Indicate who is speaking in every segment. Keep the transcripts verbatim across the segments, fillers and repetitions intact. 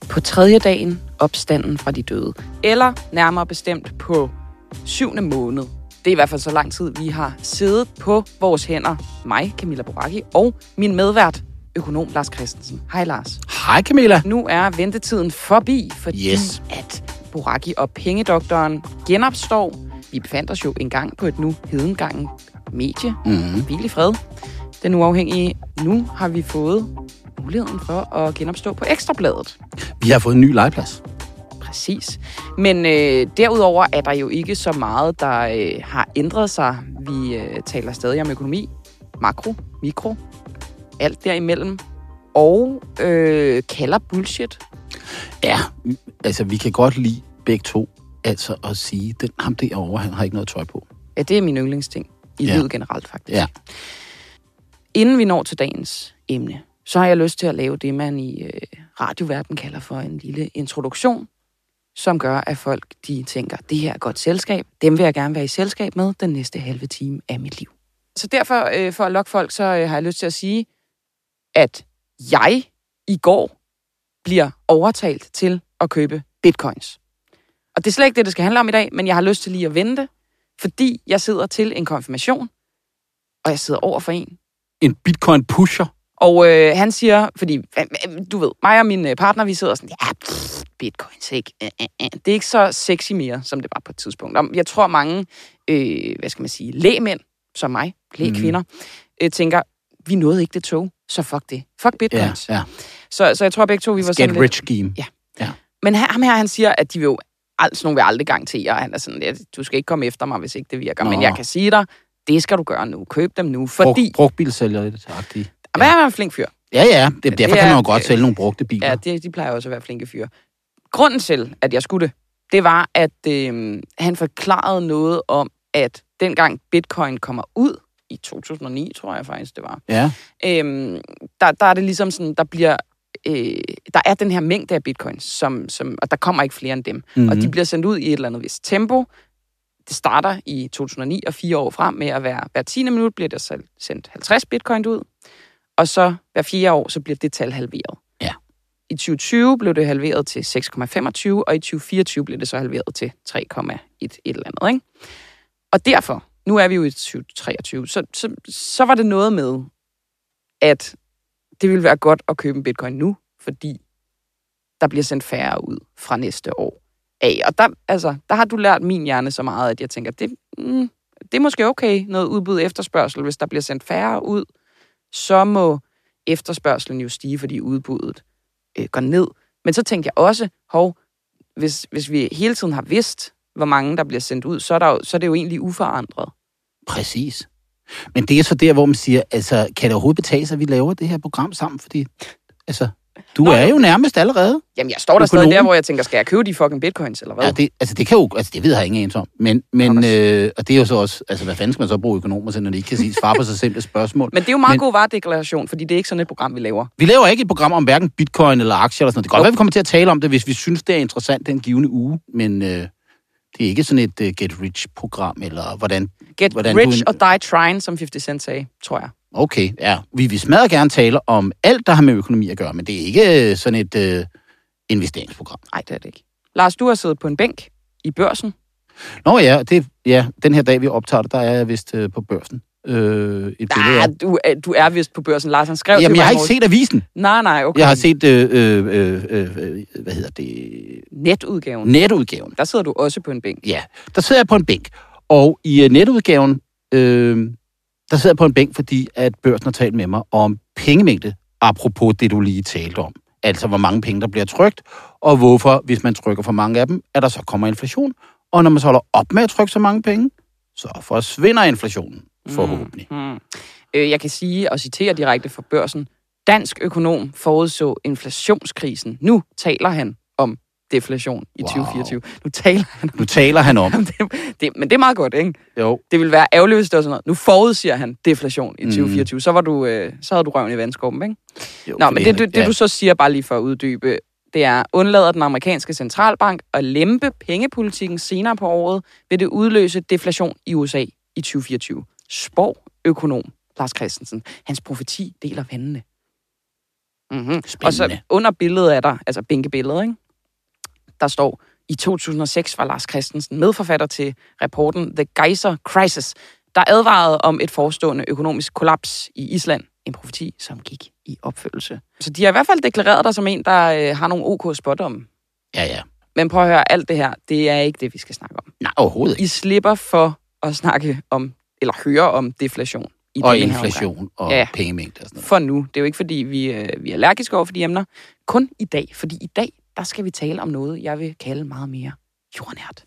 Speaker 1: på tredje dagen opstanden fra de døde. Eller nærmere bestemt på syvende måned. Det er i hvert fald så lang tid, vi har siddet på vores hænder. Mig, Camilla Boracchi, og min medvært, økonom Lars Christensen. Hej Lars.
Speaker 2: Hej Camilla.
Speaker 1: Nu er ventetiden forbi, fordi
Speaker 2: yes.
Speaker 1: at Boracchi og pengedoktoren genopstår. Vi befandt os jo engang på et nu hedengangen medie.
Speaker 2: Mm-hmm.
Speaker 1: Hvil i fred. Den uafhængige. Nu har vi fået muligheden for at genopstå på Ekstrabladet.
Speaker 2: Vi har fået en ny legeplads.
Speaker 1: Præcis. Men øh, derudover er der jo ikke så meget, der øh, har ændret sig. Vi øh, taler stadig om økonomi, makro, mikro, alt derimellem. Og øh, kalder bullshit.
Speaker 2: Ja, altså vi kan godt lide begge to altså at sige, den ham derovre, han har ikke noget tøj på.
Speaker 1: Ja, det er min yndlingsting i
Speaker 2: ja.
Speaker 1: livet generelt faktisk.
Speaker 2: Ja.
Speaker 1: Inden vi når til dagens emne, så har jeg lyst til at lave det, man i øh, radioverdenen kalder for en lille introduktion, som gør, at folk de tænker, det her er godt selskab, dem vil jeg gerne være i selskab med den næste halve time af mit liv. Så derfor, øh, for at lokke folk, så øh, har jeg lyst til at sige, at jeg i går bliver overtalt til at købe bitcoins. Og det er slet ikke det, det skal handle om i dag, men jeg har lyst til lige at vente, fordi jeg sidder til en konfirmation, og jeg sidder over for en.
Speaker 2: En bitcoin-pusher?
Speaker 1: Og øh, han siger, fordi du ved, mig og min partner, vi sidder sådan, ja, pff, bitcoins, ikke? Det er ikke så sexy mere, som det var på et tidspunkt. Jeg tror mange, øh, hvad skal man sige, lægmænd, som mig, lægkvinder, mm. øh, tænker, vi nåede ikke det tog, så fuck det. Fuck bitcoins.
Speaker 2: Ja, ja.
Speaker 1: Så, så jeg tror begge to, vi var sådan
Speaker 2: lidt... rich scheme.
Speaker 1: Ja.
Speaker 2: ja.
Speaker 1: Men ham her, han siger, at de vil jo, sådan nogle vil aldrig garantere, han er sådan, ja, du skal ikke komme efter mig, hvis ikke det virker. Nå. Men jeg kan sige dig, det skal du gøre nu. Køb dem nu, fordi...
Speaker 2: Brugtbilsælger i det taktige.
Speaker 1: Hvad er en flink fyr?
Speaker 2: Ja, ja. Det, derfor
Speaker 1: det
Speaker 2: kan man jo
Speaker 1: er,
Speaker 2: godt sælge nogle brugte biler.
Speaker 1: Ja, det, de plejer også at være flinke fyre. Grunden til, at jeg skulle det, det var, at øh, han forklarede noget om, at dengang bitcoin kommer ud, i to tusind og ni, tror jeg faktisk, det var,
Speaker 2: ja.
Speaker 1: øh, der, der er det ligesom sådan, der bliver... Øh, der er den her mængde af bitcoins, som, som, og der kommer ikke flere end dem. Mm-hmm. Og de bliver sendt ud i et eller andet vist tempo. Det starter i to tusind og ni og fire år frem med at være hver tiende minut bliver der sendt halvtreds bitcoin ud. Og så hver fire år, så bliver det tal halveret.
Speaker 2: Ja.
Speaker 1: I tyve tyve blev det halveret til seks komma femogtyve, og i tyve fireogtyve blev det så halveret til tre komma et et eller andet. Ikke? Og derfor, nu er vi jo i tyve treogtyve, så, så, så var det noget med, at det ville være godt at købe en bitcoin nu, fordi der bliver sendt færre ud fra næste år af. Og der, altså, der har du lært min hjerne så meget, at jeg tænker, det, mm, det er måske okay, noget udbud efterspørgsel. Hvis der bliver sendt færre ud, så må efterspørgselen jo stige, fordi udbuddet øh, går ned. Men så tænkte jeg også, hov, hvis, hvis vi hele tiden har vidst, hvor mange der bliver sendt ud, så er, der jo, så er det jo egentlig uforandret.
Speaker 2: Præcis. Men det er så der, hvor man siger, altså, kan det overhovedet betale sig, at vi laver det her program sammen? Fordi, altså, du Nå, er jo nærmest allerede.
Speaker 1: Jamen, jeg står der stadig der, hvor jeg tænker, skal jeg købe de fucking bitcoins, eller hvad?
Speaker 2: Ja, det, altså, det kan jo, altså, det ved jeg ingen ens om. Men, men øh, og det er jo så også, altså, hvad fanden skal man så bruge økonomer til, når de ikke kan sige svar på så simple spørgsmål?
Speaker 1: Men det er jo meget
Speaker 2: men,
Speaker 1: god varedeklaration, fordi det er ikke sådan et program, vi laver.
Speaker 2: Vi laver ikke et program om hverken bitcoin eller aktier eller sådan noget. Det kan godt være, vi kommer til at tale om det, hvis vi synes, det er interessant den givende uge, men... Øh, det er ikke sådan et uh, Get Rich-program, eller hvordan...
Speaker 1: Get
Speaker 2: hvordan
Speaker 1: Rich
Speaker 2: du...
Speaker 1: or Die Trying, som halvtreds Cent sagde, tror jeg.
Speaker 2: Okay, ja. Vi vil smadre gerne tale om alt, der har med økonomi at gøre, men det er ikke sådan et uh, investeringsprogram.
Speaker 1: Nej, det er det ikke. Lars, du har siddet på en bænk i Børsen.
Speaker 2: Nå ja, det, ja den her dag, vi optager det, der er jeg vist uh, på Børsen. Øh, et
Speaker 1: nej, du, du er vist på Børsen. Lars, han skrev
Speaker 2: Jamen,
Speaker 1: til mig.
Speaker 2: jeg har ikke set avisen.
Speaker 1: Nej, nej, okay.
Speaker 2: Jeg har set, øh, øh, øh, øh, hvad hedder det?
Speaker 1: Netudgaven.
Speaker 2: Netudgaven.
Speaker 1: Der sidder du også på en bænk.
Speaker 2: Ja, der sidder jeg på en bænk. Og i uh, netudgaven, øh, der sidder jeg på en bænk, fordi at Børsen har talt med mig om pengemængde, apropos det, du lige talte om. Altså, hvor mange penge, der bliver trykt, og hvorfor, hvis man trykker for mange af dem, at der så kommer inflation. Og når man så holder op med at trykke så mange penge, så forsvinder inflationen. Forhåbentlig.
Speaker 1: Mm, mm. Øh, jeg kan sige og citere direkte fra Børsen. Dansk økonom forudså inflationskrisen. Nu taler han om deflation i wow. tyve fireogtyve. Nu taler han om,
Speaker 2: nu taler han om.
Speaker 1: det, det, men det er meget godt, ikke?
Speaker 2: Jo.
Speaker 1: Det vil være ærgerligt, hvis det var sådan noget. Nu forudsiger han deflation i tyve fireogtyve. Mm. Så, var du, øh, så havde du røven i vandskåben, ikke? Jo, Nå, men det, det, det ja. du så siger, bare lige for at uddybe, det er, undlader den amerikanske centralbank at lempe pengepolitikken senere på året, vil det udløse deflation i U S A i tyve fireogtyve. Spår økonom Lars Christensen. Hans profeti deler vandene. Mm-hmm. Og så under billedet er der, altså bænkebilledet, ikke? Der står, i to tusind og seks var Lars Christensen medforfatter til rapporten The Geyser Crisis, der advarede om et forestående økonomisk kollaps i Island. En profeti, som gik i opfyldelse. Så de har i hvert fald deklareret dig som en, der øh, har nogle OK spådomme.
Speaker 2: Ja, ja.
Speaker 1: Men prøv at høre, alt det her, det er ikke det, vi skal snakke om.
Speaker 2: Nej, overhovedet ikke.
Speaker 1: I slipper for at snakke om, eller høre om deflation. I
Speaker 2: og inflation og
Speaker 1: ja,
Speaker 2: pengemængde og sådan noget.
Speaker 1: For nu. Det er jo ikke, fordi vi, øh, vi er allergiske over for de emner. Kun i dag. Fordi i dag, der skal vi tale om noget, jeg vil kalde meget mere jordnært.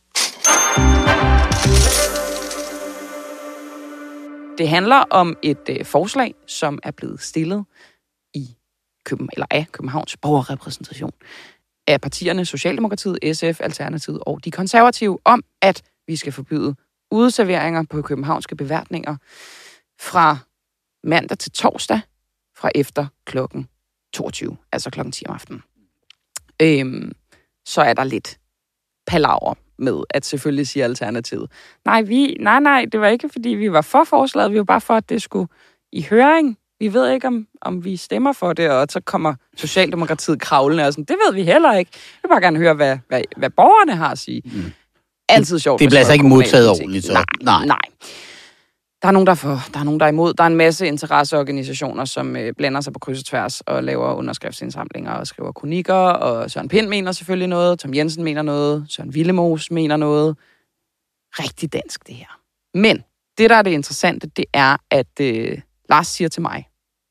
Speaker 1: Det handler om et øh, forslag, som er blevet stillet i København, eller af Københavns borgerrepræsentation af partierne Socialdemokratiet, S F, Alternativet og de konservative, om at vi skal forbyde udeserveringer på københavnske beværtninger fra mandag til torsdag fra efter klokken toogtyve, altså klokken ti om aftenen. Øhm, så er der lidt palaver med, at selvfølgelig siger Alternativet, nej, vi, nej, nej, det var ikke, fordi vi var for forslaget, vi var bare for, at det skulle i høring. Vi ved ikke, om, om vi stemmer for det, og så kommer Socialdemokratiet kravlende og sådan, det ved vi heller ikke. Jeg vil bare gerne høre, hvad, hvad, hvad borgerne har at sige. Mm. Altid sjovt.
Speaker 2: Det bliver altså ikke modtaget ordentligt, så.
Speaker 1: Nej, nej. nej. Der er nogen, der er for, der er nogen, der er imod. Der er en masse interesseorganisationer, som øh, blander sig på kryds og tværs og laver underskriftsindsamlinger og skriver kronikker, og Søren Pind mener selvfølgelig noget, Tom Jensen mener noget, Søren Willemoes mener noget. Rigtig dansk, det her. Men det, der er det interessante, det er, at øh, Lars siger til mig,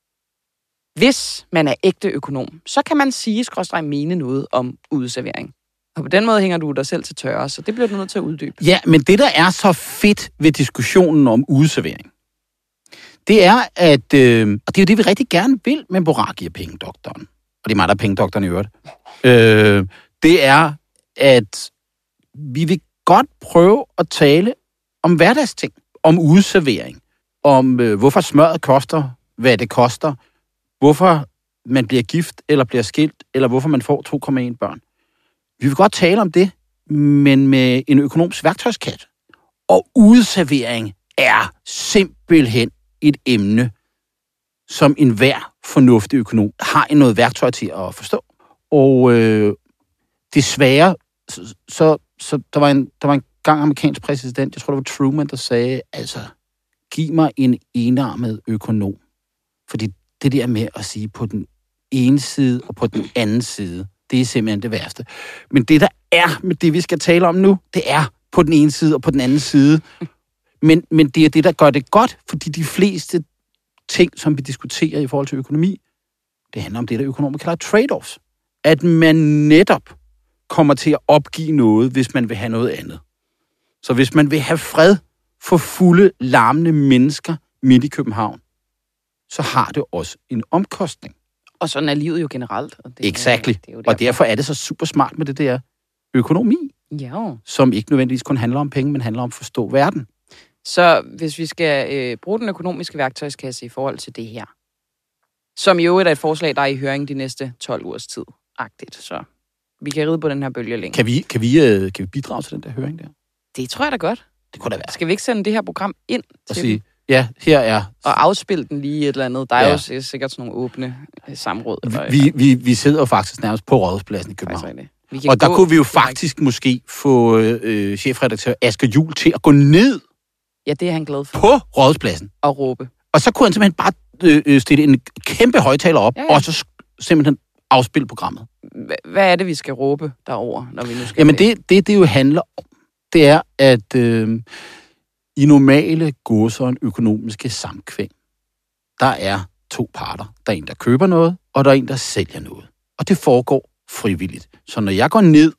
Speaker 1: hvis man er ægte økonom, så kan man sige, skråstreg mene noget om udservering. Og på den måde hænger du dig selv til tørre, så det bliver du nødt til at uddybe.
Speaker 2: Ja, men det, der er så fedt ved diskussionen om udeservering, det er, at, øh, og det er jo det, vi rigtig gerne vil med Boraki og Pengedoktoren, og det er mig, der er Pengedoktoren i øvrigt, øh, det er, at vi vil godt prøve at tale om hverdagsting, om udeservering, om øh, hvorfor smøret koster, hvad det koster, hvorfor man bliver gift eller bliver skilt, eller hvorfor man får to komma en børn. Vi vil godt tale om det, men med en økonomisk værktøjskat. Og udeservering er simpelthen et emne, som enhver fornuftig økonom har noget værktøj til at forstå. Og øh, desværre, så, så, så der, var en, der var en gang amerikansk præsident, jeg tror det var Truman, der sagde, altså, giv mig en enarmet økonom. Fordi det der med at sige på den ene side og på den anden side, det er simpelthen det værste. Men det, der er med det, vi skal tale om nu, det er på den ene side og på den anden side. Men, men det er det, der gør det godt, fordi de fleste ting, som vi diskuterer i forhold til økonomi, det handler om det, der økonomer kalder trade-offs. At man netop kommer til at opgive noget, hvis man vil have noget andet. Så hvis man vil have fred for fulde, larmende mennesker midt i København, så har det også en omkostning.
Speaker 1: Og sådan er livet jo generelt. Og det,
Speaker 2: Exakt. Og derfor er det så super smart med det der økonomi,
Speaker 1: ja.
Speaker 2: Som ikke nødvendigvis kun handler om penge, men handler om at forstå verden.
Speaker 1: Så hvis vi skal øh, bruge den økonomiske værktøjskasse i forhold til det her, som jo er et forslag, der er i høring de næste tolv ugers tid, agtigt, så vi kan ride på den her bølge længe.
Speaker 2: Kan vi, kan vi, øh, kan vi bidrage til den der høring der?
Speaker 1: Det tror jeg da godt.
Speaker 2: Det kunne da være.
Speaker 1: Skal vi ikke sende det her program ind
Speaker 2: og
Speaker 1: til
Speaker 2: sige, ja, her er...
Speaker 1: Og afspille den lige et eller andet. Der er ja. jo sikkert sådan nogle åbne samråd. Eller
Speaker 2: vi, vi, vi sidder jo faktisk nærmest på Rådhuspladsen i København. Og der kunne vi jo faktisk direkte. måske få øh, chefredaktør Asger Juhl til at gå ned.
Speaker 1: Ja, det er han glad for.
Speaker 2: På Rådhuspladsen.
Speaker 1: Og råbe.
Speaker 2: Og så kunne han simpelthen bare øh, stille en kæmpe højtaler op, ja, ja. og så simpelthen afspille programmet.
Speaker 1: Hvad er det, vi skal råbe derover, når vi nu skal...
Speaker 2: Jamen det, det, det jo handler om, det er, at øh, i normale gåsøjne økonomiske samkvæm, der er to parter. Der er en, der køber noget, og der er en, der sælger noget. Og det foregår frivilligt. Så når jeg går ned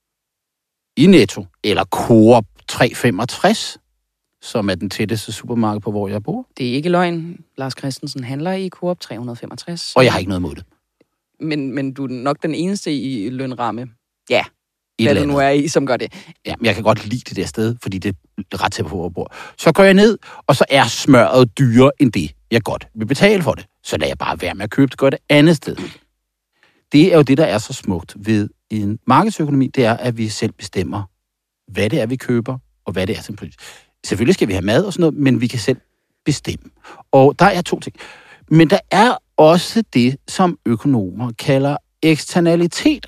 Speaker 2: i Netto, eller Coop tre femogtres, som er den tætteste supermarked på, hvor jeg bor.
Speaker 1: Det er ikke løgn. Lars Christensen handler i Coop tre femogtres.
Speaker 2: Og jeg har ikke noget imod det.
Speaker 1: Men, men du er nok den eneste i lønramme. Ja, hvad du nu er i, som gør det.
Speaker 2: Ja, men jeg kan godt lide det der sted, fordi det er ret tæt på, hvor jeg bor. Så går jeg ned, og så er smøret dyrere end det, jeg godt vil betale for det. Så lader jeg bare være med at købe det, gør det andet sted. Det er jo det, der er så smukt ved en markedsøkonomi, det er, at vi selv bestemmer, hvad det er, vi køber, og hvad det er som pris. Selvfølgelig skal vi have mad og sådan noget, men vi kan selv bestemme. Og der er to ting. Men der er også det, som økonomer kalder eksternaliteter.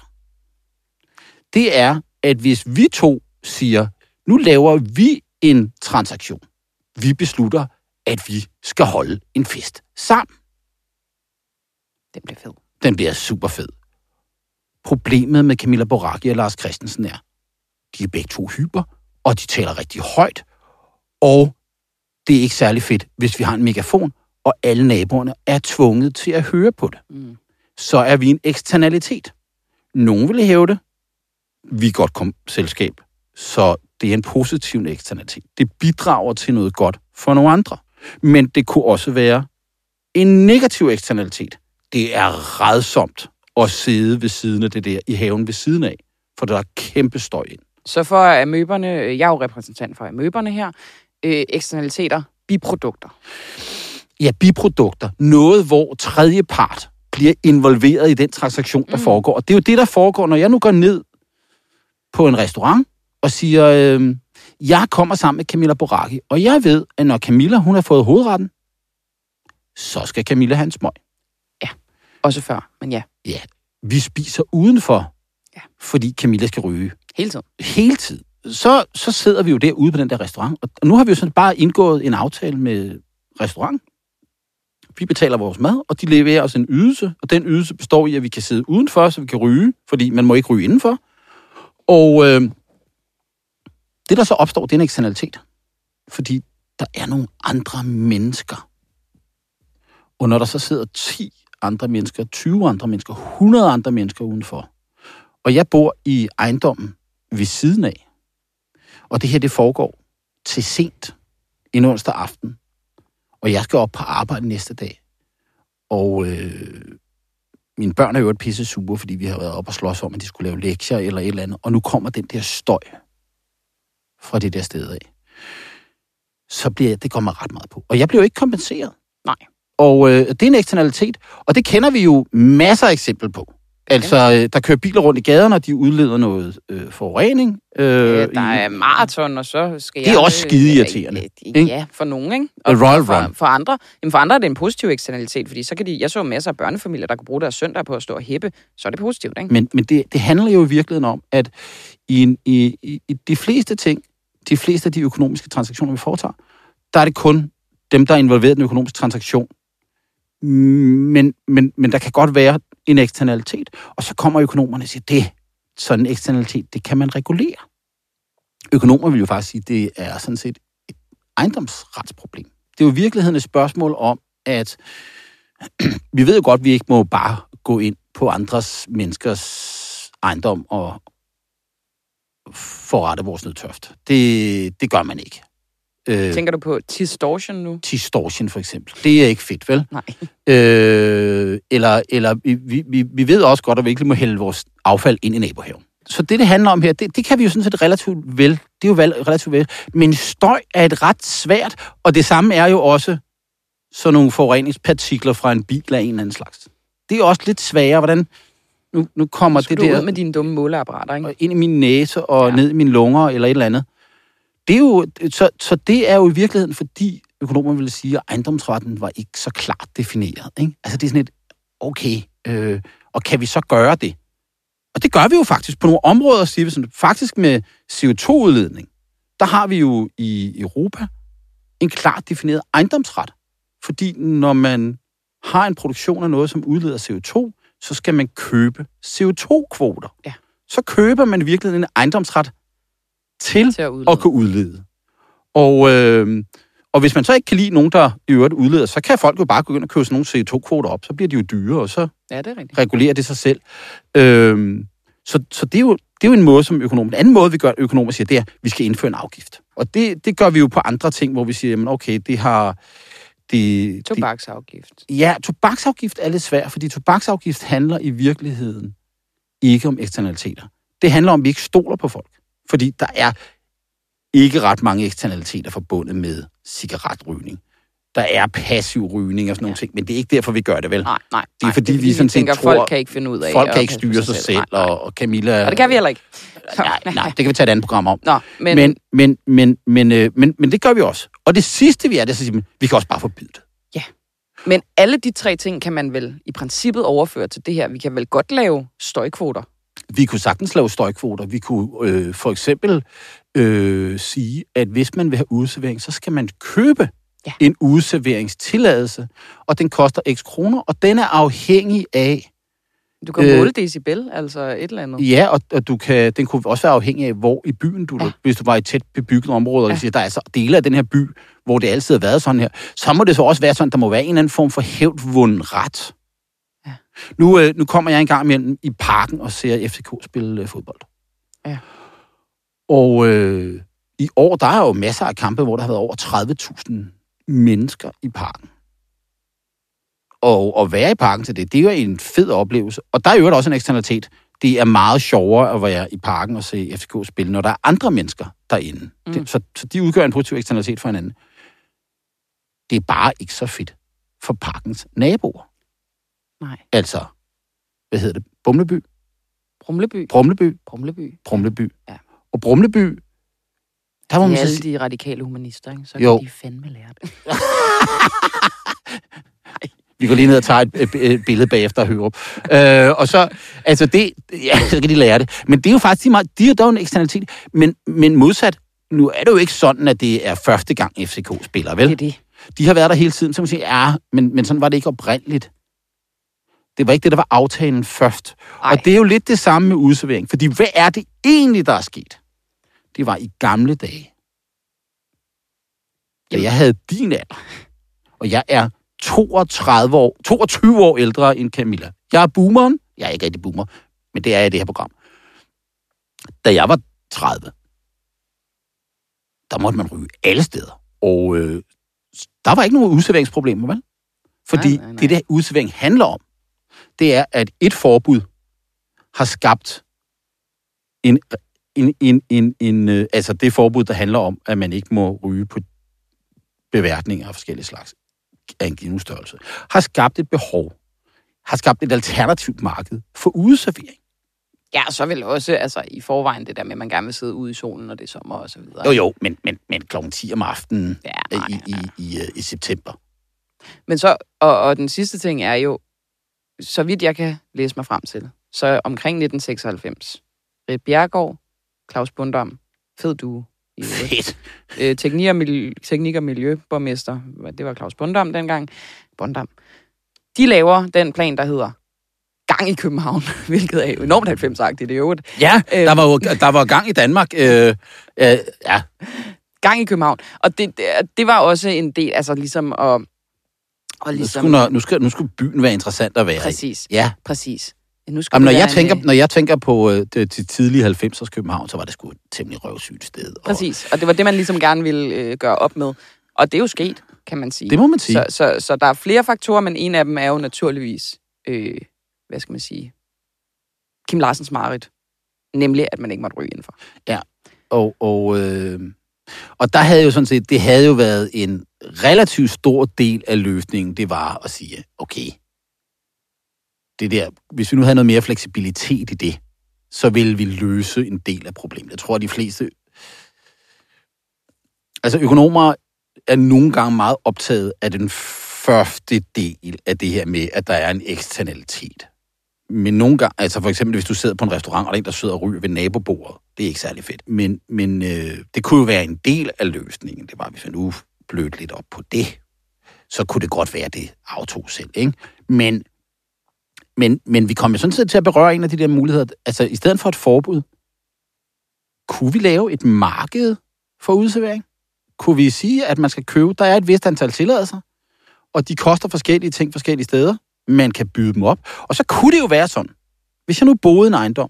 Speaker 2: Det er, at hvis vi to siger, nu laver vi en transaktion. Vi beslutter, at vi skal holde en fest sammen.
Speaker 1: Den bliver fed.
Speaker 2: Den bliver super fed. Problemet med Camilla Boraghi og Lars Christensen er, de er begge to hyper, og de taler rigtig højt, og det er ikke særlig fedt, hvis vi har en megafon, og alle naboerne er tvunget til at høre på det. Mm. Så er vi en eksternalitet. Nogen vil hæve det. Vi er godt kom selskab. Så det er en positiv eksternalitet. Det bidrager til noget godt for nogle andre. Men det kunne også være en negativ eksternalitet. Det er rædsomt at sidde ved siden af det der i haven ved siden af, for der er kæmpe støj ind.
Speaker 1: Så for amøberne, jeg er jo repræsentant for amøberne her, øh, eksternaliteter, biprodukter.
Speaker 2: Ja, biprodukter. Noget, hvor tredje part bliver involveret i den transaktion, der mm. foregår. Og det er jo det, der foregår, når jeg nu går ned på en restaurant og siger, øh, jeg kommer sammen med Camilla Boraghi, og jeg ved, at når Camilla hun har fået hovedretten, så skal Camilla have en smøg.
Speaker 1: Ja, også før, men ja.
Speaker 2: Ja, vi spiser udenfor, ja. Fordi Camilla skal ryge.
Speaker 1: Hele tiden.
Speaker 2: Hele tiden. Så, så sidder vi jo derude på den der restaurant, og nu har vi jo sådan bare indgået en aftale med restaurant. Vi betaler vores mad, og de leverer os en ydelse, og den ydelse består i, at vi kan sidde udenfor, så vi kan ryge, fordi man må ikke ryge indenfor. Og øh, det, der så opstår, det er en eksternalitet. Fordi der er nogle andre mennesker. Og når der så sidder ti andre mennesker, tyve andre mennesker, hundrede andre mennesker udenfor, og jeg bor i ejendommen ved siden af, og det her, det foregår til sent en onsdag aften, og jeg skal op på arbejde næste dag, og øh, mine børn er jo et pisse sure, fordi vi har været op og slås om, at de skulle lave lektier eller et eller andet, og nu kommer den der støj fra det der sted af. Så bliver det går mig ret meget på. Og jeg bliver jo ikke kompenseret.
Speaker 1: Nej.
Speaker 2: Og øh, det er en eksternalitet, og det kender vi jo masser af eksempler på. Altså, øh, der kører biler rundt i gaderne, og de udleder noget øh, forurening. Øh,
Speaker 1: ja, der er maraton, og så skal
Speaker 2: det er
Speaker 1: jeg...
Speaker 2: også skide irriterende.
Speaker 1: Øh, ja, for nogen, ikke? Og
Speaker 2: Royal
Speaker 1: for,
Speaker 2: Run.
Speaker 1: For andre, jamen for andre er det en positiv eksternalitet, fordi så kan de... Jeg så masser af børnefamilier, der kunne bruge deres søndag på at stå og hæppe, så er det positivt, ikke?
Speaker 2: Men, men det, det handler jo i virkeligheden om, at i, en, i, i, i de fleste ting, de fleste af de økonomiske transaktioner, vi foretager, der er det kun dem, der er involveret i den økonomiske transaktion. Men, men, men der kan godt være en eksternalitet, og så kommer økonomerne og siger, det sådan en eksternalitet, det kan man regulere. Økonomer vil jo faktisk sige, det er sådan set et ejendomsretsproblem. Det er jo i virkeligheden et spørgsmål om, at vi ved jo godt, at vi ikke må bare gå ind på andres menneskers ejendom og forrette vores nødtørft. Det, det gør man ikke.
Speaker 1: Tænker du på distortion nu?
Speaker 2: Distortion for eksempel. Det er ikke fedt, vel?
Speaker 1: Nej.
Speaker 2: Øh, eller eller vi, vi, vi ved også godt, at vi ikke må hælde vores affald ind i nabohaven. Så det, det handler om her, det, det kan vi jo sådan set relativt vel. Det er jo vel, relativt vel. Men støj er et ret svært, og det samme er jo også sådan nogle forureningspartikler fra en bil af en eller anden slags. Det er også lidt sværere, hvordan... Nu, nu kommer det der...
Speaker 1: ud med dine dumme måleapparater, ikke?
Speaker 2: Ind i min næse og ja. Ned i mine lunger eller et eller andet. Det er jo, så, så det er jo i virkeligheden, fordi økonomerne ville sige, at ejendomsretten var ikke så klart defineret. Ikke? Altså det er sådan et, okay, øh, og kan vi så gøre det? Og det gør vi jo faktisk på nogle områder, siger vi sådan, faktisk med C O to udledning, der har vi jo i Europa en klart defineret ejendomsret. Fordi når man har en produktion af noget, som udleder C O to, så skal man købe C O to kvoter.
Speaker 1: Ja.
Speaker 2: Så køber man virkelig en ejendomsret til, til at, at kunne udlede. Og, øh, og hvis man så ikke kan lide nogen, der i øvrigt udleder, så kan folk jo bare gå ind og købe sådan nogle C O to kvoter op, så bliver de jo dyre, og så
Speaker 1: ja, det er rigtigt.
Speaker 2: Regulerer det sig selv. Øh, så så det, er jo, det er jo en måde, som økonomer... En anden måde, vi gør, økonomer siger, det er, at vi skal indføre en afgift. Og det, det gør vi jo på andre ting, hvor vi siger, jamen okay, det har... Det,
Speaker 1: tobaksafgift.
Speaker 2: Det, ja, tobaksafgift er lidt svært, fordi tobaksafgift handler i virkeligheden ikke om eksternaliteter. Det handler om, at vi ikke stoler på folk. Fordi der er ikke ret mange eksternaliteter forbundet med cigaretrygning. Der er passiv rygning og sådan ja. Nogle ting, men det er ikke derfor, vi gør det, vel?
Speaker 1: Nej, nej.
Speaker 2: Det er fordi,
Speaker 1: det er,
Speaker 2: vi sådan set
Speaker 1: tænker,
Speaker 2: tror...
Speaker 1: folk kan ikke finde ud af...
Speaker 2: Folk kan ikke styre sig selv, nej, nej. Og, og Camilla...
Speaker 1: Og det kan vi heller ikke.
Speaker 2: Nej, nej, det kan vi tage et andet program om.
Speaker 1: Nå, men...
Speaker 2: Men, men, men, men, øh, men, men det gør vi også. Og det sidste, vi er, det er at sige, vi kan også bare forbyde det.
Speaker 1: Ja. Men alle de tre ting kan man vel i princippet overføre til det her. Vi kan vel godt lave støjkvoter?
Speaker 2: Vi kunne sagtens lave støjkvoter. Vi kunne øh, for eksempel øh, sige, at hvis man vil have udeservering, så skal man købe ja. en udeserveringstilladelse, og den koster x kroner, og den er afhængig af...
Speaker 1: Du kan øh, måle decibel, altså et eller andet.
Speaker 2: Ja, og, og du kan, den kunne også være afhængig af, hvor i byen du ja. Hvis du var i et tæt bebygget område, og ja. siger, der er så dele af den her by, hvor det altid har været sådan her, så må det så også være sådan, der må være en eller anden form for hævdvunden ret. Ja. Nu, øh, nu kommer jeg en gang imellem i parken og ser F C K spille øh, fodbold.
Speaker 1: Ja.
Speaker 2: Og øh, i år, der er jo masser af kampe, hvor der har været over tredive tusind mennesker i parken. Og at være i parken til det, det er jo en fed oplevelse. Og der er jo også en eksternalitet. Det er meget sjovere at være i parken og se F C K spille, når der er andre mennesker derinde. Mm. Det, så, så de udgør en positiv eksternalitet for hinanden. Det er bare ikke så fedt for parkens naboer.
Speaker 1: Nej.
Speaker 2: Altså, hvad hedder det? Bumleby?
Speaker 1: Brumleby.
Speaker 2: Brumleby.
Speaker 1: Brumleby.
Speaker 2: Brumleby.
Speaker 1: Ja.
Speaker 2: Og Brumleby, der må man
Speaker 1: så... alle
Speaker 2: så...
Speaker 1: de radikale humanister, ikke? Så
Speaker 2: jo.
Speaker 1: kan de fandme lære det.
Speaker 2: Vi går lige ned og tager et, et, et billede bagefter af Hørup. Øh, og så, altså det, ja, så kan de lære det. Men det er jo faktisk meget, de er jo en eksternalitet. Men, men modsat, nu er det jo ikke sådan, at det er første gang F C K spiller, vel?
Speaker 1: Det er det.
Speaker 2: De har været der hele tiden, så man siger, ja, men, men sådan var det ikke oprindeligt. Det var ikke det, der var aftalen først. Ej. Og det er jo lidt det samme med udservering. Fordi hvad er det egentlig, der er sket? Det var i gamle dage. Da jeg havde din alder, og jeg er toogtredive år, toogtyve år ældre end Camilla. Jeg er boomeren. Jeg er ikke rigtig boomer, men det er jeg i det her program. Da jeg var tredive, der måtte man ryge alle steder. Og øh, der var ikke nogen udserveringsproblemer, vel? Fordi nej, nej, nej. det, der udservering handler om, det er, at et forbud har skabt en, en, en, en, en øh, altså det forbud, der handler om, at man ikke må ryge på beværtninger af forskellige slags af en given størrelse, har skabt et behov, har skabt et alternativt marked for udeservering.
Speaker 1: Ja, så vil også, altså i forvejen det der med, at man gerne vil sidde ude i solen, når det er sommer og så videre.
Speaker 2: Jo, jo, men, men, men klokken ti om aftenen
Speaker 1: ja, nej,
Speaker 2: i, i,
Speaker 1: ja.
Speaker 2: i, i, i september.
Speaker 1: Men så, og, og den sidste ting er jo, så vidt jeg kan læse mig frem til, så omkring nitten seksoghalvfems, Ritt Bjerregaard, Claus Bundam, fed due.
Speaker 2: Fedt.
Speaker 1: Øh, teknik, og miljø, teknik og miljøborgmester, det var Claus Bundam dengang, Bundam. De laver den plan, der hedder Gang i København, hvilket er jo enormt halvfemsagtigt, det er jo et.
Speaker 2: Ja, der var jo der var gang i Danmark. Øh, øh, ja.
Speaker 1: Gang i København. Og det, det, det var også en del, altså ligesom at... Og ligesom,
Speaker 2: nu, skulle, nu, skulle, nu skulle byen være interessant at være
Speaker 1: præcis,
Speaker 2: i. Ja,
Speaker 1: præcis.
Speaker 2: Nu Jamen, når, jeg tænker, en, når jeg tænker på øh, det, de tidlige halvfemsers København, så var det sgu et temmelig røvsygt sted. Og...
Speaker 1: Præcis, og det var det, man ligesom gerne ville øh, gøre op med. Og det er jo sket, kan man sige.
Speaker 2: Det må man sige.
Speaker 1: Så, så, så der er flere faktorer, men en af dem er jo naturligvis, øh, hvad skal man sige, Kim Larsens mareridt. Nemlig, at man ikke måtte ryge indenfor.
Speaker 2: Ja, og, og, øh, og der havde jo sådan set, det havde jo været en relativt stor del af løsningen, det var at sige, okay, det der, hvis vi nu havde noget mere fleksibilitet i det, så ville vi løse en del af problemet. Jeg tror, at de fleste... Altså, økonomer er nogle gange meget optaget af den første del af det her med, at der er en eksternalitet. Men nogle gange, altså for eksempel, hvis du sidder på en restaurant, og der er en, der sidder og ryger ved nabobordet, det er ikke særlig fedt. Men, men øh, det kunne jo være en del af løsningen. Det var, hvis man nu blødte lidt op på det, så kunne det godt være, det aftog selv, ikke? Men Men, men vi kom jo sådan set til at berøre en af de der muligheder. Altså, i stedet for et forbud, kunne vi lave et marked for udservering? Kunne vi sige, at man skal købe, der er et vist antal tilladelser, og de koster forskellige ting forskellige steder, man kan byde dem op. Og så kunne det jo være sådan, hvis jeg nu boede i en ejendom,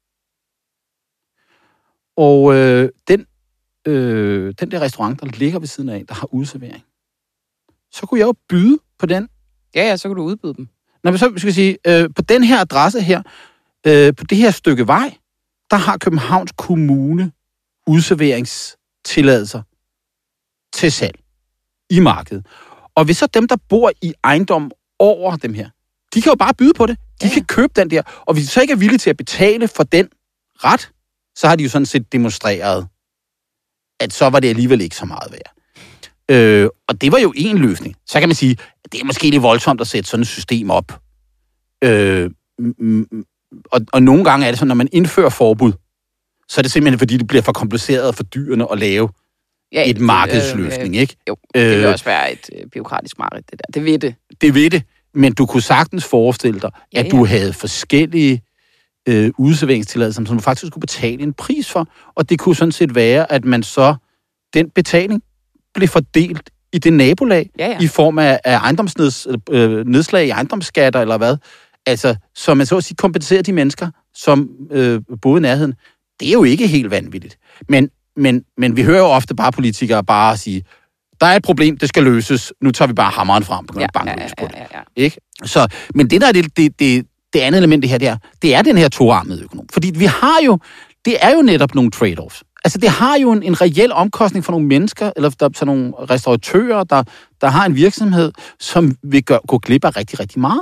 Speaker 2: og øh, den, øh, den der restaurant, der ligger ved siden af, der har udservering, så kunne jeg jo byde på den.
Speaker 1: Ja, ja, så kunne du udbyde dem.
Speaker 2: Nå, men så skal jeg sige, øh, på den her adresse her, øh, på det her stykke vej, der har Københavns Kommune udserveringstilladelser til salg i markedet. Og hvis så dem, der bor i ejendom over dem her, de kan jo bare byde på det. De ja. kan købe den der. Og hvis de så ikke er villige til at betale for den ret, så har de jo sådan set demonstreret, at så var det alligevel ikke så meget værd. Øh, og det var jo en løsning. Så kan man sige, at det er måske lidt voldsomt at sætte sådan et system op. Øh, og, og nogle gange er det sådan, når man indfører forbud, så er det simpelthen, fordi det bliver for kompliceret og for dyrende at lave ja, et markedsløsning, øh, ikke?
Speaker 1: Jo, det vil også være et øh, bureaukratisk marked, det der. Det ved det.
Speaker 2: Det ved det, men du kunne sagtens forestille dig, ja, at ja. du havde forskellige øh, udserveringstilladelser, som du faktisk skulle betale en pris for, og det kunne sådan set være, at man så, den betaling blev fordelt i det nabolag, ja, ja. i form af, af ejendomsnedslag øh, i ejendomsskatter, eller hvad. Altså, så man så at sige kompenserer de mennesker, som øh, boede i nærheden. Det er jo ikke helt vanvittigt. Men, men, men vi hører jo ofte bare politikere bare sige, der er et problem, det skal løses, nu tager vi bare hammeren frem på ja, banken ja, ja, ja, ja. Ikke? Så, men det der er det, det, det, det andet element det her, det er, det er den her toarmede økonom. Fordi vi har jo, det er jo netop nogle trade-offs. Altså, det har jo en, en reel omkostning for nogle mennesker, eller der er nogle restauratører, der, der har en virksomhed, som vil gøre, gå glip af rigtig, rigtig meget.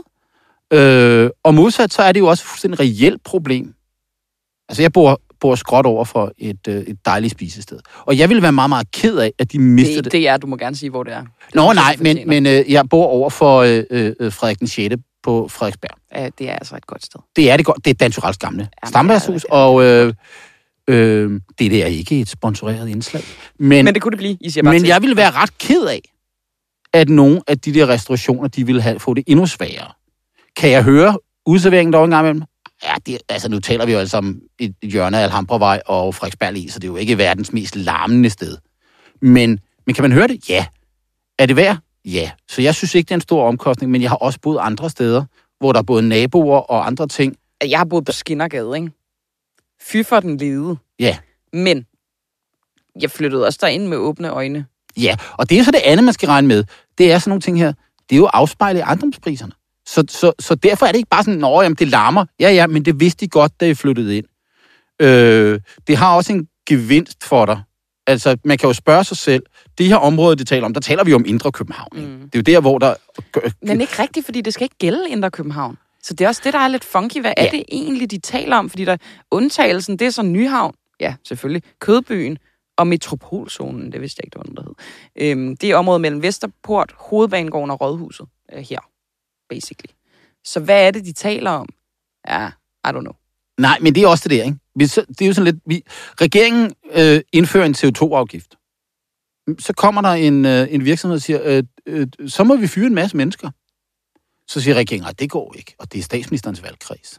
Speaker 2: Øh, og modsat, så er det jo også et fuldstændig reelt problem. Altså, jeg bor, bor skråt over for et, øh, et dejligt spisested. Og jeg ville være meget, meget ked af, at de mistede det.
Speaker 1: Det, det er, du må gerne sige, hvor det er. Det
Speaker 2: Nå, nej, men, men øh, jeg bor over for øh, øh, Frederik den sjette på Frederiksberg.
Speaker 1: Ja, det er altså et godt sted.
Speaker 2: Det er det godt. Det er Dan Tyrells gamle ja, stamværshus, og øh, øh, det der er ikke et sponsoreret indslag. Men,
Speaker 1: men det kunne det blive, I siger bare
Speaker 2: Men
Speaker 1: til.
Speaker 2: jeg ville være ret ked af, at nogle af de der restaurationer, de ville have, få det endnu sværere. Kan jeg høre udserveringen der en gang imellem? Ja, det, altså nu taler vi jo altså om et hjørne af Alhambravej og Frederiksberg, så det er jo ikke verdens mest larmende sted. Men, men kan man høre det? Ja. Er det værd? Ja. Så jeg synes ikke, det er en stor omkostning, men jeg har også boet andre steder, hvor der er både naboer og andre ting.
Speaker 1: Jeg har boet på Skinnergade, ikke? Fy for den lede.
Speaker 2: Ja.
Speaker 1: Men jeg flyttede også derind med åbne øjne.
Speaker 2: Ja, og det er så det andet, man skal regne med. Det er sådan nogle ting her. Det er jo afspejlet i ejendomspriserne. Så, så, så derfor er det ikke bare sådan, nå, jamen, det larmer. Ja, ja, men det vidste de godt, da I flyttede ind. Øh, det har også en gevinst for dig. Altså, man kan jo spørge sig selv, det her område, det taler om, der taler vi om Indre København. Mm. Det er jo der, hvor der...
Speaker 1: Men ikke rigtigt, fordi det skal ikke gælde Indre København. Så det er også det, der er lidt funky. Hvad ja. er det egentlig, de taler om? Fordi der undtagelsen, det er så Nyhavn. Ja, selvfølgelig. Kødbyen og Metropolzonen, det vidste jeg ikke, det var noget, der hed. Øhm, det er området mellem Vesterport, Hovedbanegården og Rådhuset. Øh, her, basically. Så hvad er det, de taler om? Ja, I don't know.
Speaker 2: Nej, men det er også det der, ikke? Det er jo sådan lidt... Vi, regeringen øh, indfører en C O to afgift. Så kommer der en, øh, en virksomhed og siger, øh, øh, så må vi fyre en masse mennesker. Så siger regeringen, at det går ikke, og det er statsministerens valgkreds.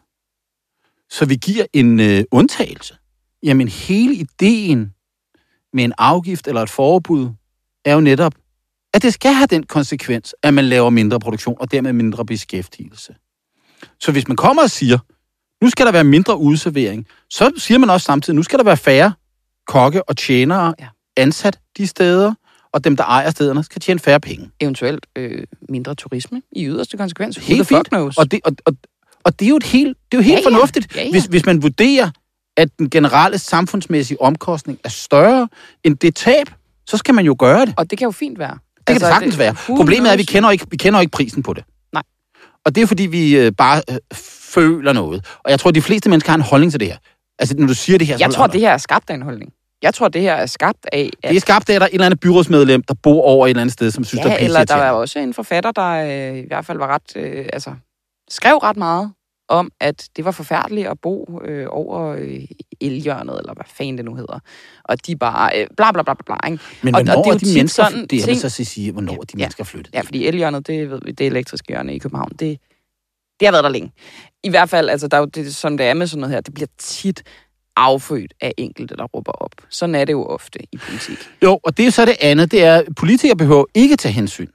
Speaker 2: Så vi giver en øh, undtagelse. Jamen, hele ideen med en afgift eller et forbud er jo netop, at det skal have den konsekvens, at man laver mindre produktion og dermed mindre beskæftigelse. Så hvis man kommer og siger, nu skal der være mindre udservering, så siger man også samtidig, nu skal der være færre kokke og tjenere ja. ansat de steder, og dem, der ejer stederne, skal tjene færre penge.
Speaker 1: Eventuelt øh, mindre turisme i yderste konsekvens.
Speaker 2: Helt fint. Og det, og, og, og det er jo et helt, det er jo helt ja, fornuftigt, ja. Ja, ja. Hvis, hvis man vurderer, at den generelle samfundsmæssige omkostning er større end det tab, så skal man jo gøre det.
Speaker 1: Og det kan jo fint være.
Speaker 2: Det altså, kan det sagtens det, være. Problemet er, at vi kender ikke, vi kender ikke prisen på det.
Speaker 1: Nej.
Speaker 2: Og det er, fordi vi øh, bare øh, føler noget. Og jeg tror, at de fleste mennesker har en holdning til det her. Altså, når du siger det her...
Speaker 1: Jeg tror, det her er skabt af en holdning. Jeg tror, det her er skabt af... At...
Speaker 2: Det er skabt af, at der er et eller andet byrådsmedlem, der bor over et eller andet sted, som synes,
Speaker 1: ja,
Speaker 2: der er
Speaker 1: eller der var også en forfatter, der øh, i hvert fald var ret... Øh, altså, skrev ret meget om, at det var forfærdeligt at bo øh, over øh, elhjørnet, eller hvad fanden det nu hedder. Og de bare... Øh, bla, bla, bla, bla, ikke?
Speaker 2: Men
Speaker 1: og,
Speaker 2: hvornår
Speaker 1: og det er,
Speaker 2: er de mennesker...
Speaker 1: sådan,
Speaker 2: det er
Speaker 1: ting...
Speaker 2: så at sige, hvornår er de mennesker flyttet?
Speaker 1: Ja, fordi elhjørnet, det ved vi, det elektriske hjørne i København, det, det har været der længe. I hvert fald, altså, der er jo det, som det er med sådan noget her, det bliver tit affødt af enkelte, der råber op. Sådan er det jo ofte i politik.
Speaker 2: Jo, og det er så det andet, det er, at politikere behøver ikke tage hensyn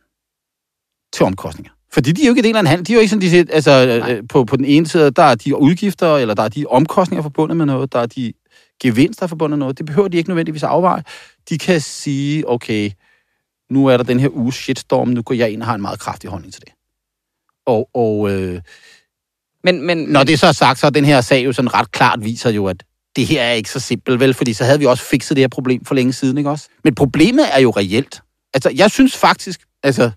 Speaker 2: til omkostninger. Fordi de er jo ikke en del af en handel. De er jo ikke sådan, de siger, altså øh, på, på den ene side, der er de udgifter, eller der er de omkostninger forbundet med noget, der er de gevinster forbundet med noget. Det behøver de ikke nødvendigvis afveje. De kan sige, okay, nu er der den her uges shitstorm, nu går jeg ind og har en meget kraftig holdning til det. Og, og øh,
Speaker 1: men, men,
Speaker 2: når det så er sagt, så er den her sag jo sådan ret klart viser jo, at det her er ikke så simpelt, vel? Fordi så havde vi også fikset det her problem for længe siden, ikke også? Men problemet er jo reelt. Altså, jeg synes faktisk, altså,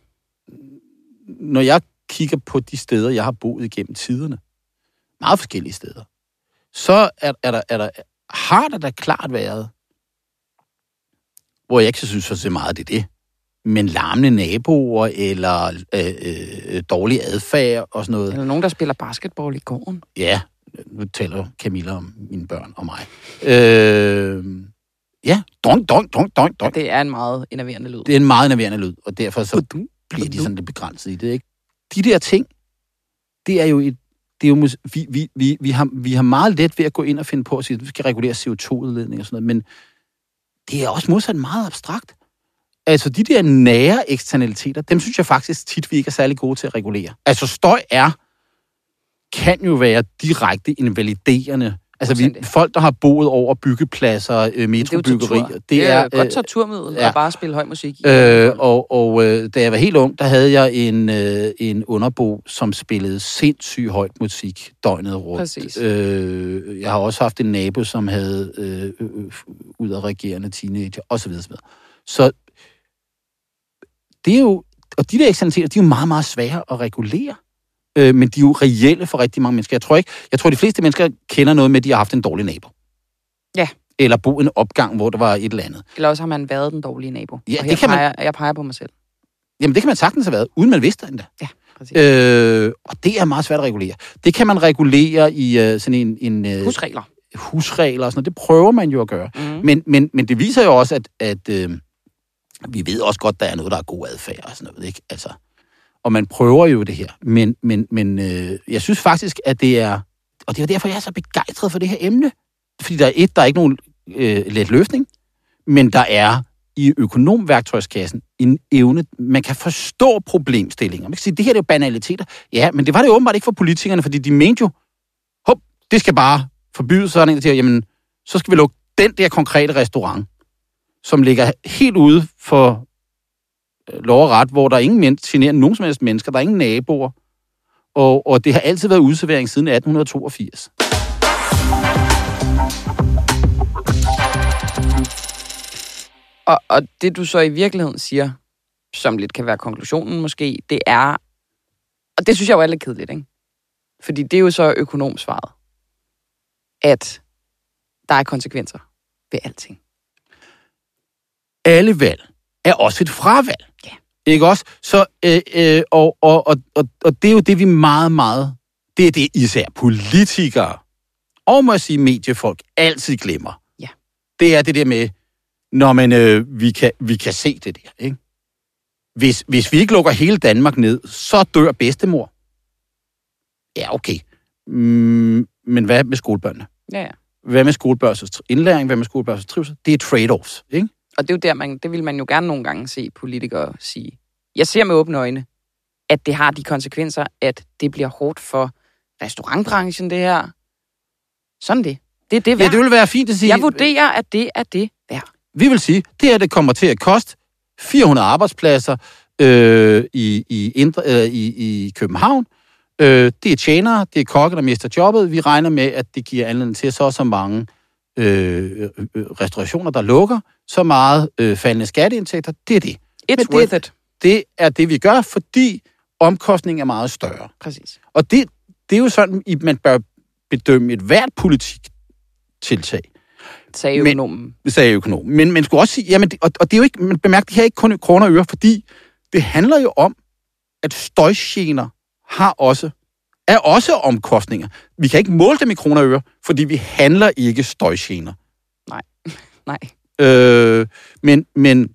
Speaker 2: når jeg kigger på de steder, jeg har boet igennem tiderne, meget forskellige steder, så er, er, der, er der, har der da klart været, hvor jeg ikke så synes, at så meget det er det. men larmende naboer, eller øh, øh, dårlig adfærd og sådan noget.
Speaker 1: Eller nogen, der spiller basketball i gården.
Speaker 2: Ja, nu taler Camilla om mine børn og mig. Øh, ja, dong, dong, dong, dong, dong.
Speaker 1: Det er en meget enerverende lyd.
Speaker 2: Det er en meget enerverende lyd, og derfor så bliver de sådan lidt begrænset i det, ikke? De der ting, det er jo et, det er jo, vi, vi, vi, vi, har, vi har meget let ved at gå ind og finde på at sige, at vi skal regulere C O to udledning og sådan noget, men det er også modsat meget abstrakt. Altså, de der nære eksternaliteter, dem synes jeg faktisk tit, vi ikke er særlig gode til at regulere. Altså, støj er, kan jo være direkte invaliderende. Altså, vi, folk, der har boet over byggepladser, metrobyggeri.
Speaker 1: Det er, det er, det er godt torturmiddel ja. At bare spille høj musik. I
Speaker 2: øh, og og øh, da jeg var helt ung, der havde jeg en, øh, en underbo, som spillede sindssygt højt musik døgnet rundt.
Speaker 1: Præcis.
Speaker 2: Øh, jeg har også haft en nabo, som havde øh, øh, udadreagerende teenager, osv. osv. Så det er jo, og de der eksternaliteter, de er jo meget, meget svære at regulere. Øh, men de er jo reelle for rigtig mange mennesker. Jeg tror ikke, jeg tror de fleste mennesker kender noget med, at de har haft en dårlig nabo.
Speaker 1: Ja.
Speaker 2: Eller bo i en opgang, hvor der var et eller andet.
Speaker 1: Eller også har man været den dårlige nabo.
Speaker 2: Ja,
Speaker 1: og
Speaker 2: det kan
Speaker 1: peger,
Speaker 2: man.
Speaker 1: Jeg peger på mig selv.
Speaker 2: Jamen, det kan man sagtens have været, uden man vidste det endda.
Speaker 1: Ja, præcis.
Speaker 2: Øh, og det er meget svært at regulere. Det kan man regulere i uh, sådan en... en uh,
Speaker 1: husregler.
Speaker 2: Husregler og sådan noget. Det prøver man jo at gøre. Mm. Men, men, men det viser jo også, at, at øh, vi ved også godt, der er noget, der er god adfærd og sådan noget, ikke? Altså, og man prøver jo det her. Men, men, men øh, jeg synes faktisk, at det er... Og det er derfor, jeg er så begejstret for det her emne. Fordi der er et, der er ikke nogen øh, let løsning, men der er i økonomværktøjskassen en evne, man kan forstå problemstillinger. Man kan sige, det her det er jo banaliteter. Ja, men det var det jo åbenbart ikke for politikerne, fordi de mente jo, hop, det skal bare forbydes sådan en, der siger, jamen, så skal vi lukke den der konkrete restaurant, som ligger helt ude for lov og ret, hvor der er ingen men- generer nogen som helst mennesker, der er ingen naboer, og, og det har altid været udservering siden atten toogfirs.
Speaker 1: Og, og det, du så i virkeligheden siger, som lidt kan være konklusionen måske, det er, og det synes jeg jo er lidt kedeligt, ikke? Fordi det er jo så økonomsvaret, at der er konsekvenser ved alting.
Speaker 2: Alle valg er også et fravalg.
Speaker 1: Ja.
Speaker 2: Ikke også? Så, øh, øh, og, og, og, og, og det er jo det, vi meget, meget, det er det især politikere, og må jeg sige mediefolk, altid glemmer.
Speaker 1: Ja.
Speaker 2: Det er det der med, når man, øh, vi, kan, vi kan se det der, ikke? Hvis, hvis vi ikke lukker hele Danmark ned, så dør bedstemor. Ja, okay. Mm, men hvad med skolebørnene?
Speaker 1: Ja, ja.
Speaker 2: Hvad med skolebørns indlæring? Hvad med skolebørns trivsel? Det er trade-offs, ikke?
Speaker 1: Og det er jo der, man, det vil man jo gerne nogle gange se politikere sige. Jeg ser med åbne øjne, at det har de konsekvenser, at det bliver hårdt for restaurantbranchen, det her. Sådan det. Det er det værd.
Speaker 2: Ja, det vil være fint at sige.
Speaker 1: Jeg vurderer, at det er det værd.
Speaker 2: Vi vil sige, det her det kommer til at koste fire hundrede arbejdspladser øh, i, i, indre, øh, i, i København. Øh, det er tjenere, det er kokke, der mister jobbet. Vi regner med, at det giver anledning til så så mange øh, restaurationer, der lukker. Så meget øh, faldende skatteindtægter. Det er det.
Speaker 1: It's
Speaker 2: Men
Speaker 1: worth
Speaker 2: det,
Speaker 1: it.
Speaker 2: Det er det, vi gør, fordi omkostningen er meget større.
Speaker 1: Præcis.
Speaker 2: Og det, det er jo sådan, at man bør bedømme et hvert politiktiltag.
Speaker 1: Sagde økonomen.
Speaker 2: Men, sagde økonomen. Men man skulle også sige, jamen, det, og, og det er jo ikke, man bemærker det her ikke kun kroner og øre, fordi det handler jo om, at støjgener har også, er også omkostninger. Vi kan ikke måle dem i kroner og øre, fordi vi handler ikke støjgener.
Speaker 1: Nej, nej.
Speaker 2: Øh, men, men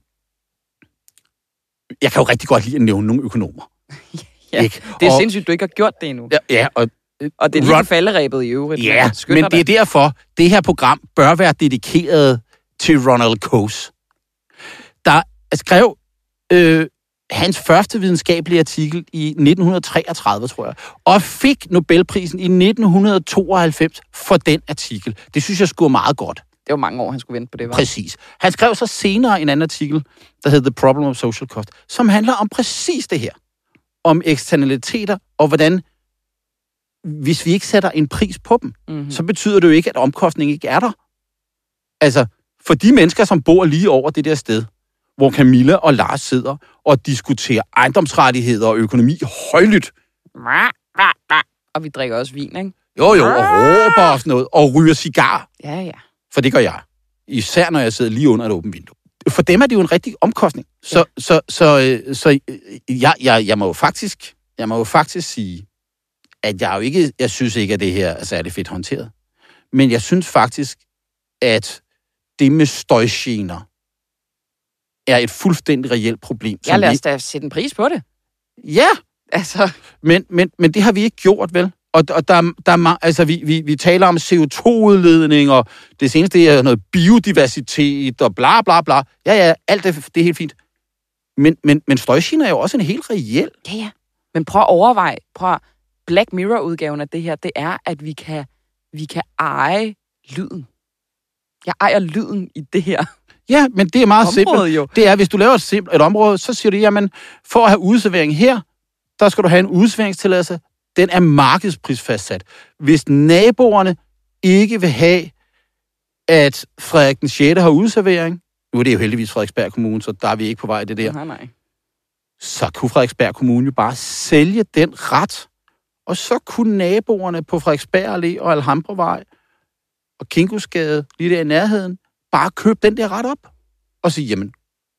Speaker 2: jeg kan jo rigtig godt lide at nævne nogle økonomer.
Speaker 1: Ja,
Speaker 2: ikke?
Speaker 1: Det er
Speaker 2: og,
Speaker 1: sindssygt, du ikke har gjort det endnu.
Speaker 2: Ja, ja og
Speaker 1: Og det er lige falderæbet i øvrigt.
Speaker 2: Ja, men det er derfor, det her program bør være dedikeret til Ronald Coase. Der skrev øh, hans første videnskabelige artikel i nitten treogtredive, tror jeg, og fik Nobelprisen i nitten tooghalvfems for den artikel. Det synes jeg skulle meget godt.
Speaker 1: Det var mange år, han skulle vente på det, var.
Speaker 2: Præcis. Han skrev så senere en anden artikel, der hedder The Problem of Social Cost, som handler om præcis det her. Om eksternaliteter, og hvordan, hvis vi ikke sætter en pris på dem, mm-hmm. så betyder det jo ikke, at omkostningen ikke er der. Altså, for de mennesker, som bor lige over det der sted, hvor Camilla og Lars sidder og diskuterer ejendomsrettigheder og økonomi højlydt.
Speaker 1: Og vi drikker også vin, ikke?
Speaker 2: Jo, jo, og råber og sådan noget, og ryger cigar.
Speaker 1: Ja, ja.
Speaker 2: For det gør jeg. Især når jeg sidder lige under et åbent vindue. for dem er det jo en rigtig omkostning. Så, ja. så, så, så, så jeg, jeg, jeg, må jo faktisk, jeg må jo faktisk sige, at jeg jo ikke, jeg synes ikke, at det her er særlig fedt håndteret. Men jeg synes faktisk, at det med støjgener er et fuldstændig reelt problem.
Speaker 1: Ja, lad os da sætte en pris på det.
Speaker 2: Ja,
Speaker 1: altså.
Speaker 2: men, men, men det har vi ikke gjort, vel? Og, og der, der er, altså, vi, vi, vi taler om C O to udledning, og det seneste er noget biodiversitet, og bla bla bla. Ja, ja, alt det, det er helt fint. Men, men, men støjgener er jo også en helt reel.
Speaker 1: Ja, ja. Men prøv at overveje, prøv at Black Mirror-udgaven af det her, det er, at vi kan, vi kan eje lyden. Jeg ejer lyden i det her.
Speaker 2: Ja, men det er meget simpelt.
Speaker 1: Jo.
Speaker 2: Det er, hvis du laver et, simpelt, et område, så siger du, jamen, for at have udeservering her, der skal du have en udeserveringstilladelse. Den er markedsprisfastsat. Hvis naboerne ikke vil have, at Frederik den sjette har udeservering, nu er det jo heldigvis Frederiksberg Kommune, så der er vi ikke på vej i det der,
Speaker 1: nej, nej.
Speaker 2: så kunne Frederiksberg Kommune jo bare sælge den ret, og så kunne naboerne på Frederiksberg Allé og Alhambravej og Kinkusgade, lige der i nærheden, bare købe den der ret op og sige, jamen,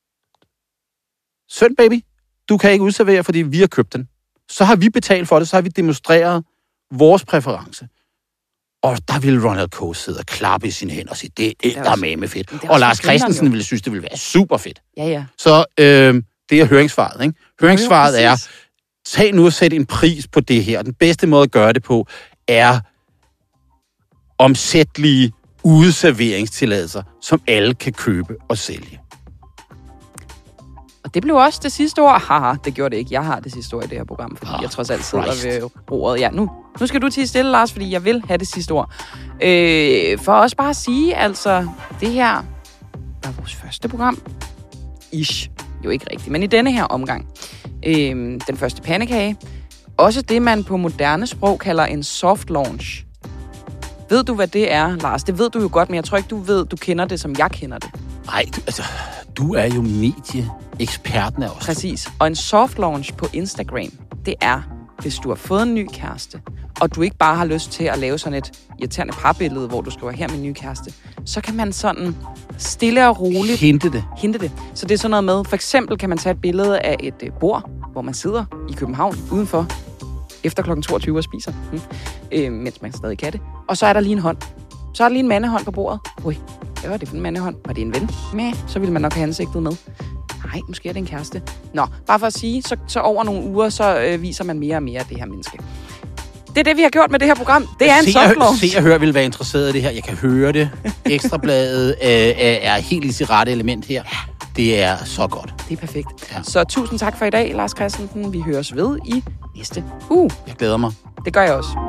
Speaker 2: søn baby, du kan ikke udservere, fordi vi har købt den. Så har vi betalt for det, så har vi demonstreret vores præference. Og der ville Ronald Coase sidde og klappe i sine hænder og sige, det er ikke der med med fedt. Og Lars Christensen ville synes, det ville være super fedt.
Speaker 1: Ja, ja.
Speaker 2: Så øh, det er høringssvaret, ikke? Høringssvaret er, tag nu og sæt en pris på det her. Den bedste måde at gøre det på, er omsættelige udeserveringstilladelser, som alle kan købe og sælge.
Speaker 1: Og det blev også det sidste ord. Haha, det gjorde det ikke. Jeg har det sidste ord i det her program, fordi oh, jeg trods alt sidder Christ. ved roret. Ja, nu, nu skal du tie stille, Lars, fordi jeg vil have det sidste ord. Øh, for også bare at sige, altså, det her var vores første program. Ish. Jo ikke rigtigt, men i denne her omgang. Øh, den første pandekage. Også det, man på moderne sprog kalder en soft launch. Ved du, hvad det er, Lars? Det ved du jo godt, men jeg tror ikke, du ved, du kender det, som jeg kender det.
Speaker 2: Nej, altså, du er jo medieeksperten af os.
Speaker 1: Præcis. Og en soft launch på Instagram, det er, hvis du har fået en ny kæreste, og du ikke bare har lyst til at lave sådan et irriterende parbillede, hvor du skriver her med en ny kæreste, så kan man sådan stille og roligt
Speaker 2: hente det.
Speaker 1: Hente det. Så det er sådan noget med, for eksempel kan man tage et billede af et bord, hvor man sidder i København udenfor, efter klokken toogtyve og spiser, hm, øh, mens man stadig kan det. Og så er der lige en hånd. Så er der lige en mandehånd på bordet. Ui, hvad var det for en mandehånd? Var det en ven? Med, så ville man nok have ansigtet med. Nej, måske er det en kæreste. Nå, bare for at sige, så, så over nogle uger, så øh, viser man mere og mere af det her menneske. Det er det, vi har gjort med det her program. Det er en soft launch.
Speaker 2: Se og hør vil være interesseret i det her. Jeg kan høre det. Ekstrabladet øh, er helt i sit rette element her. Det er så godt.
Speaker 1: Det er perfekt. Ja. Så tusind tak for i dag, Lars Christensen. Vi høres ved i næste uge.
Speaker 2: Jeg glæder mig.
Speaker 1: Det gør jeg også.